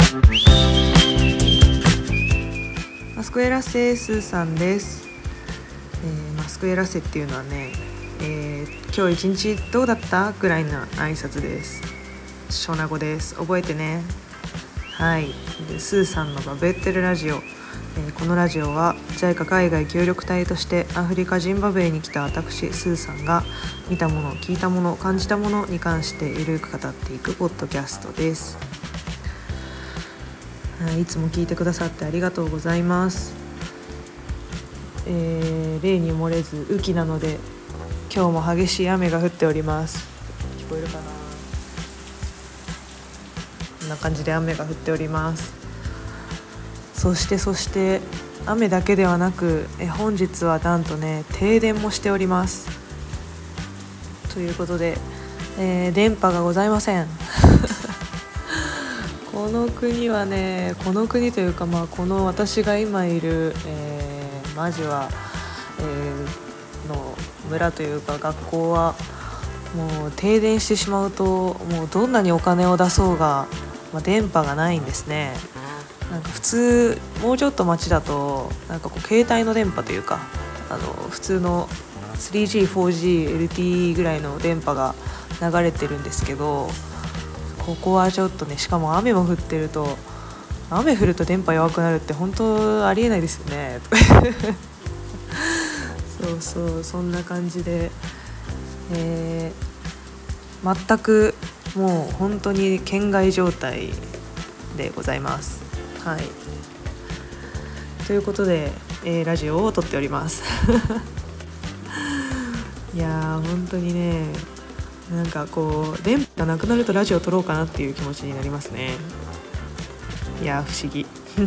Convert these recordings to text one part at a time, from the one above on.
マスクエラセスーさんです。マスクエラセっていうのはね、今日一日どうだったぐらいな挨拶です。ショナ語です。覚えてね。はい。でスーさんのバベッテルラジオ、このラジオは JICA 海外協力隊としてアフリカジンバブエに来た私スーさんが見たもの、聞いたもの、感じたものに関してゆるく語っていくポッドキャストです。いつも聞いてくださってありがとうございます。例に漏れず雨季なので今日も激しい雨が降っております。聞こえるかな。こんな感じで雨が降っております。そして雨だけではなく本日はなんとね停電もしております。ということで、電波がございませんこの国はね、この国というか、この私が今いる、マジュア、の村というか学校はもう停電してしまうともうどんなにお金を出そうが、電波がないんですね。なんか普通もうちょっと街だとなんかこう携帯の電波というか普通の 3G、4G、LTE ぐらいの電波が流れてるんですけど、ここはちょっとね、しかも雨も降ってると、雨降ると電波弱くなるって本当ありえないですよねそんな感じで、全くもう本当に圏外状態でございます。はい、ということで、ラジオを撮っておりますいやー本当にね、なんかこう電波がなくなるとラジオ撮ろうかなっていう気持ちになりますね。いや不思議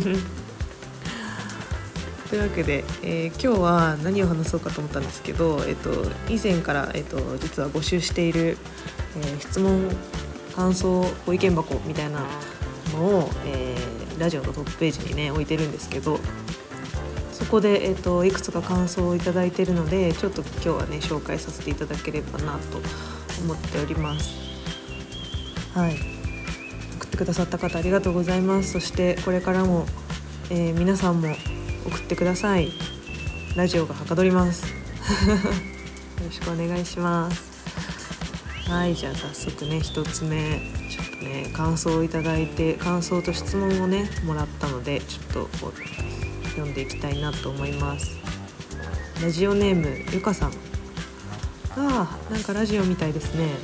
というわけで、今日は何を話そうかと思ったんですけど、以前から、実は募集している、質問感想ご意見箱みたいなのを、ラジオのトップページにね置いてるんですけど、そこで、いくつか感想をいただいているので、ちょっと今日はね紹介させていただければなと思っております。はい、送ってくださった方ありがとうございます。そしてこれからも、皆さんも送ってください。ラジオがはかどりますよろしくお願いします。はい、じゃあ早速ね一つ目ちょっとね感想をいただいて、感想と質問をねもらったのでちょっと読んでいきたいなと思います。ラジオネームゆかさん。なんかラジオみたいですね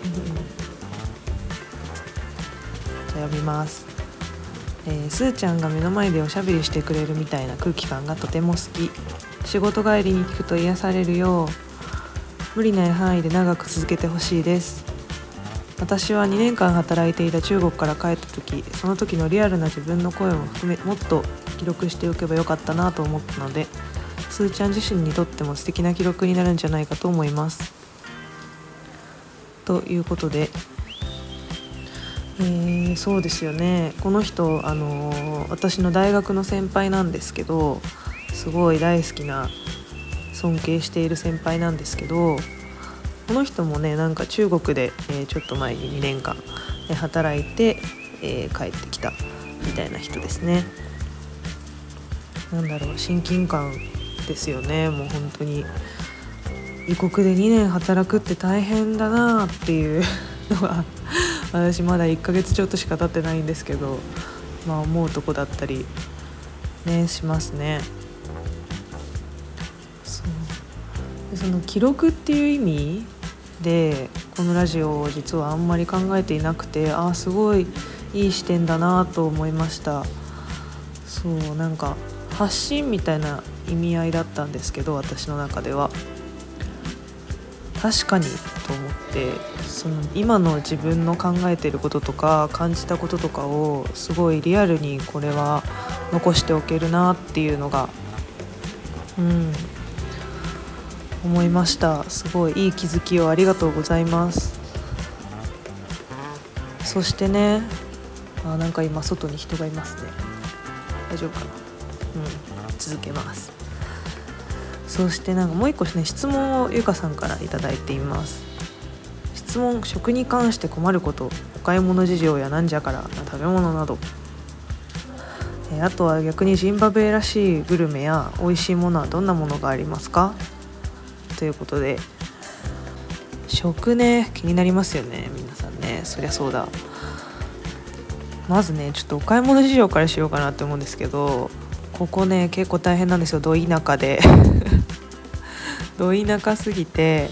じゃあ読みます。スーちゃんが目の前でおしゃべりしてくれるみたいな空気感がとても好き。仕事帰りに聞くと癒されるよ。無理ない範囲で長く続けてほしいです。私は2年間働いていた中国から帰った時、その時のリアルな自分の声も含めもっと記録しておけばよかったなと思ったので、スーちゃん自身にとっても素敵な記録になるんじゃないかと思います。ということで、そうですよね。この人、私の大学の先輩なんですけど、すごい大好きな尊敬している先輩なんですけど、この人もねなんか中国で、ちょっと前に2年間、働いて、帰ってきたみたいな人ですね。なんだろう、親近感ですよね。もう本当に異国で2年働くって大変だなっていうのは私まだ1ヶ月ちょっとしか経ってないんですけど、思うとこだったりねしますね。その記録っていう意味でこのラジオを実はあんまり考えていなくて、すごいいい視点だなと思いました。そうなんか発信みたいな意味合いだったんですけど、私の中では確かにと思って、その今の自分の考えていることとか感じたこととかをすごいリアルにこれは残しておけるなっていうのが思いました。すごいいい気づきをありがとうございます。そしてね、なんか今外に人がいますね。大丈夫かな。続けます。そしてなんかもう一個ね質問をゆかさんからいただいています。質問、食に関して困ること、お買い物事情やなんじゃから食べ物など。 あとは逆にジンバブエらしいグルメや美味しいものはどんなものがありますかということで、食ね、気になりますよね皆さんね。そりゃそうだ。まずねちょっとお買い物事情からしようかなって思うんですけど、ここね結構大変なんですよ。ど田舎でど田舎すぎて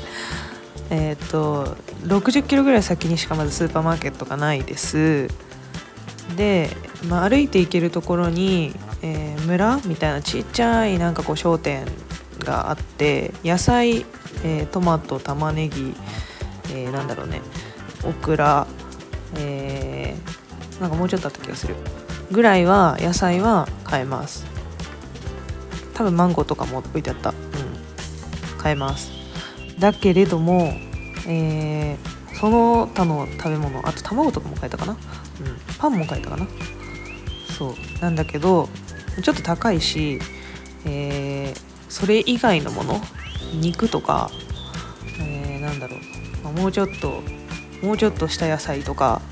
60キロぐらい先にしかまずスーパーマーケットがないです。で、歩いて行けるところに、村みたいなちっちゃいなんかこう商店があって、野菜、トマト、玉ねぎ、なんだろうね、オクラ、なんかもうちょっとあった気がするぐらいは野菜は買えます。多分マンゴーとかも置いてあった、買えます。だけれども、その他の食べ物、あと卵とかも買えたかな、パンも買えたかな。そうなんだけどちょっと高いし、それ以外のもの、肉とか、なんだろう、もうちょっとした野菜とか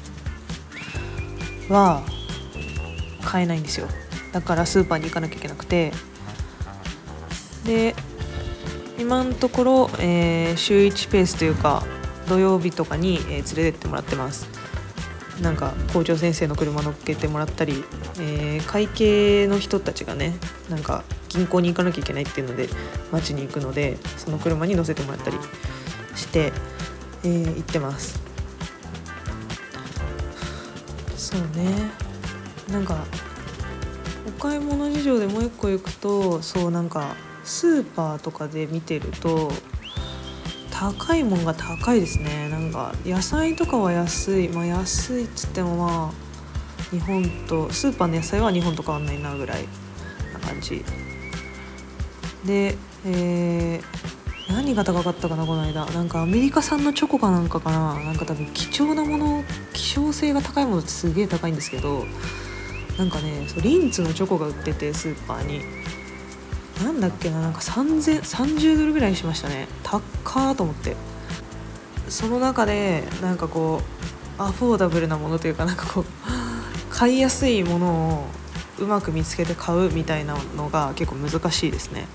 は買えないんですよ。だからスーパーに行かなきゃいけなくて、で今のところ、週1ペースというか土曜日とかに、連れてってもらってます。なんか校長先生の車乗っけてもらったり、会計の人たちがねなんか銀行に行かなきゃいけないっていうので町に行くので、その車に乗せてもらったりして、行ってます。そうね、なんかお買い物事情でもう一個行くと、そうなんかスーパーとかで見てると高いもんが高いですね。なんか野菜とかは安い、安いっつっても日本とスーパーの野菜は日本と変わんないなぐらいな感じで、何が高かったかなこの間。なんかアメリカ産のチョコかなんかかな、なんか多分貴重なもの、希少性が高いものってすげえ高いんですけど、なんかねリンツのチョコが売っててスーパーに、なんだっけな、なんか30ドルぐらいしましたね。高ーと思って。その中でなんかこうアフォーダブルなものというか、なんかこう買いやすいものをうまく見つけて買うみたいなのが結構難しいですね。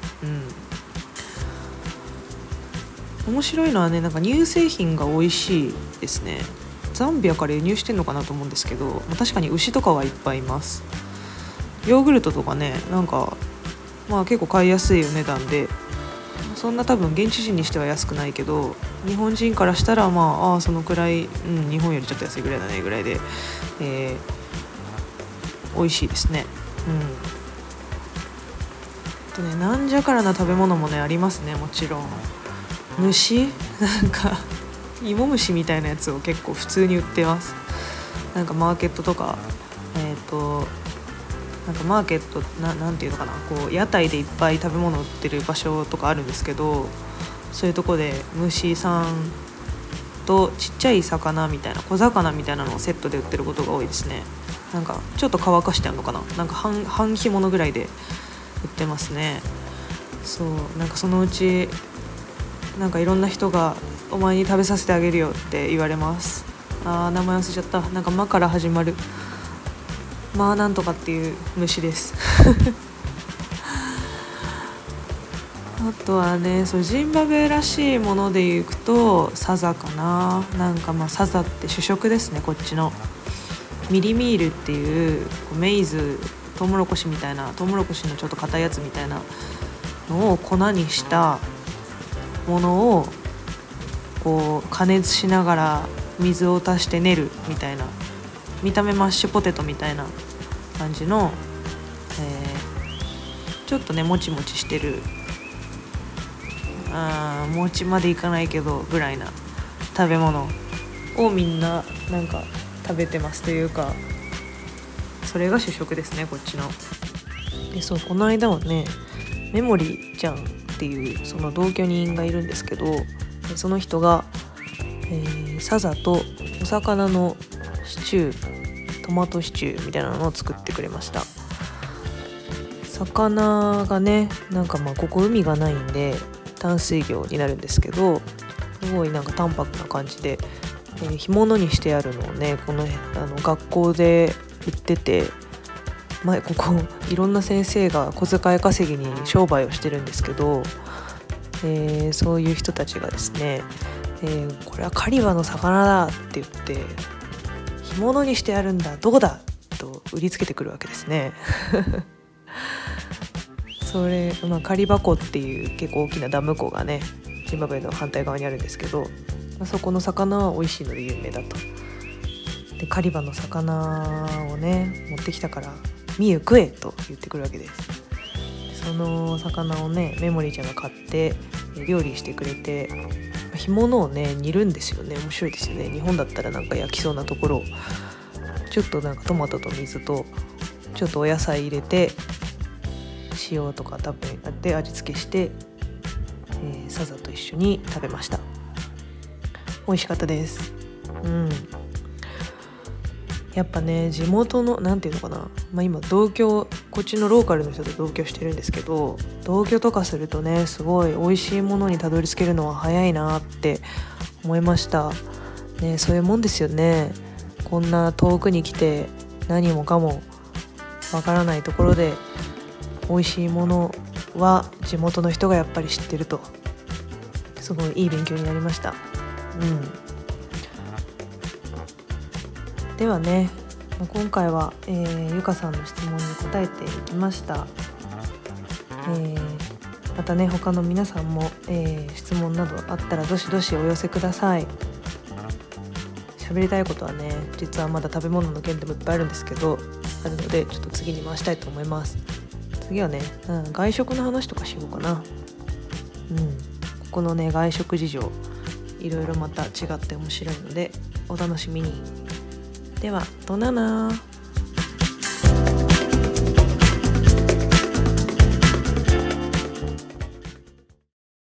面白いのはね、なんか乳製品が美味しいですね。ザンビアから輸入してんのかなと思うんですけど、確かに牛とかはいっぱいいます。ヨーグルトとかね、なんか結構買いやすいお値段で、そんな多分現地人にしては安くないけど、日本人からしたらそのくらい、日本よりちょっと安いぐらいだねぐらいで、美味しいですね。なんじゃからな食べ物もねありますね。もちろん虫、なんか芋虫みたいなやつを結構普通に売ってます。なんかマーケットとか、なんかマーケットなんていうのかな、こう屋台でいっぱい食べ物売ってる場所とかあるんですけど、そういうとこで虫さんとちっちゃい魚みたいな、小魚みたいなのをセットで売ってることが多いですね。なんかちょっと乾かしてあるのかな、なんか半干物ぐらいで売ってますね。そうなんかそのうちなんかいろんな人がお前に食べさせてあげるよって言われます。名前忘れちゃった。なんかマから始まるなんとかっていう虫ですあとはね、ジンバブエらしいものでいくとサザかな。なんかサザって主食ですね。こっちのミリミールっていうメイズ、トウモロコシみたいな、トウモロコシのちょっと硬いやつみたいなのを粉にしたものをこう加熱しながら水を足して練るみたいな、見た目マッシュポテトみたいな感じの、ちょっとねもちもちしてる、餅までいかないけどぐらいな食べ物をみんななんか食べてますというか、それが主食ですねこっちの。でこの間はねメモリちゃんっていうその同居人がいるんですけど、その人が、サザとお魚のシチュー、トマトシチューみたいなのを作ってくれました。魚がねなんかここ海がないんで淡水魚になるんですけど、すごいなんか淡白な感じで、干物にしてあるのをね学校で売ってて、 ここいろんな先生が小遣い稼ぎに商売をしてるんですけど、そういう人たちがですね、これは狩場の魚だって言って干物にしてやるんだ、どうだと売りつけてくるわけですねそれ、狩場湖っていう結構大きなダム湖がねジンバブエの反対側にあるんですけど、そこの魚は美味しいので有名だと。で狩場の魚をね持ってきたから見ゆ食えと言ってくるわけです。その魚をねメモリーちゃんが買って料理してくれて、干物をね煮るんですよね。面白いですよね。日本だったらなんか焼きそうなところをちょっとなんかトマトと水とちょっとお野菜入れて塩とか多分やって味付けして、サザと一緒に食べました。美味しかったです。やっぱね地元のなんていうのかな、今同居、こっちのローカルの人と同居してるんですけど、同居とかするとねすごい美味しいものにたどり着けるのは早いなって思いましたね。そういうもんですよね。こんな遠くに来て何もかもわからないところで美味しいものは地元の人がやっぱり知ってると、すごいいい勉強になりました。ではね、今回は、ゆかさんの質問に答えていきました。またね他の皆さんも、質問などあったらどしどしお寄せください。喋りたいことはね実はまだ食べ物の件でもいっぱいあるんですけど、あるのでちょっと次に回したいと思います。次はね、外食の話とかしようかな。ここのね外食事情いろいろまた違って面白いのでお楽しみに。では、どなな。